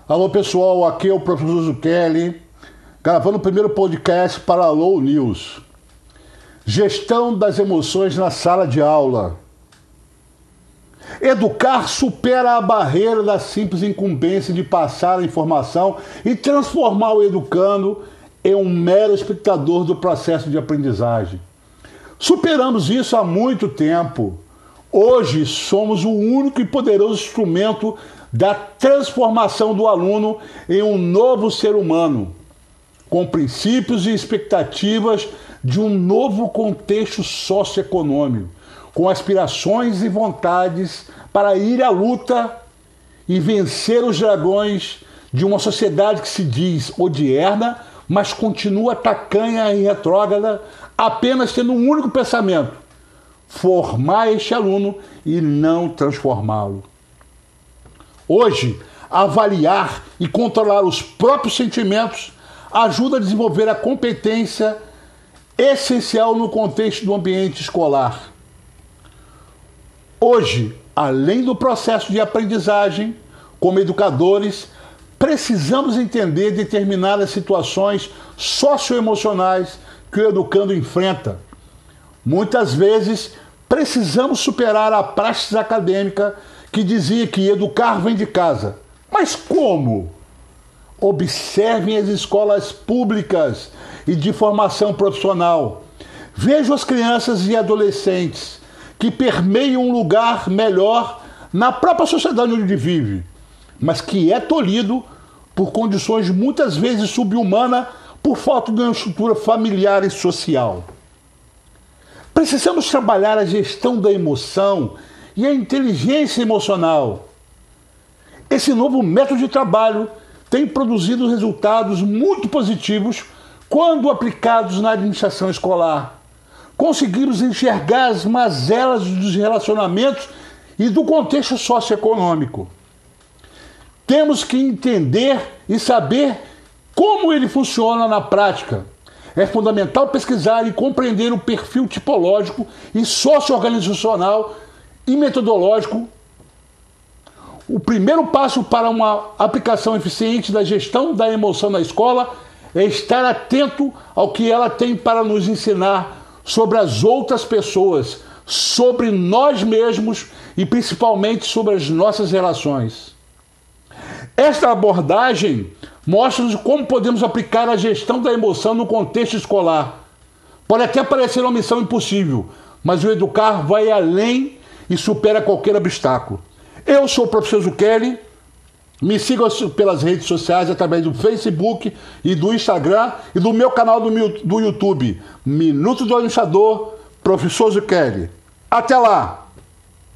Alô pessoal, aqui é o professor Zucchelli, gravando o primeiro podcast para a Low News. Gestão das emoções na sala de aula. Educar supera a barreira da simples incumbência de passar a informação e transformar o educando em um mero espectador do processo de aprendizagem. Superamos isso há muito tempo. Hoje somos o único e poderoso instrumento da transformação do aluno em um novo ser humano, com princípios e expectativas de um novo contexto socioeconômico, com aspirações e vontades para ir à luta e vencer os dragões de uma sociedade que se diz odierna, mas continua tacanha e retrógrada, apenas tendo um único pensamento: formar este aluno e não transformá-lo. Hoje, avaliar e controlar os próprios sentimentos ajuda a desenvolver a competência essencial no contexto do ambiente escolar. Hoje, além do processo de aprendizagem, como educadores, precisamos entender determinadas situações socioemocionais que o educando enfrenta. Muitas vezes, precisamos superar a praxis acadêmica que dizia que educar vem de casa. Mas como? Observem as escolas públicas e de formação profissional. Vejam as crianças e adolescentes que permeiam um lugar melhor na própria sociedade onde vive, mas que é tolhido por condições muitas vezes subhumanas por falta de uma estrutura familiar e social. Precisamos trabalhar a gestão da emoção e a inteligência emocional. Esse novo método de trabalho tem produzido resultados muito positivos quando aplicados na administração escolar. Conseguimos enxergar as mazelas dos relacionamentos e do contexto socioeconômico. Temos que entender e saber como ele funciona na prática. É fundamental pesquisar e compreender o perfil tipológico e socio-organizacional e metodológico. O primeiro passo para uma aplicação eficiente da gestão da emoção na escola é estar atento ao que ela tem para nos ensinar sobre as outras pessoas, sobre nós mesmos e principalmente sobre as nossas relações. Esta abordagem mostra-nos como podemos aplicar a gestão da emoção no contexto escolar. Pode até parecer uma missão impossível, mas o educar vai além e supera qualquer obstáculo. Eu sou o professor Zucchelli, me sigam pelas redes sociais através do Facebook e do Instagram e do meu canal do YouTube, Minuto do Administrador, professor Zucchelli. Até lá!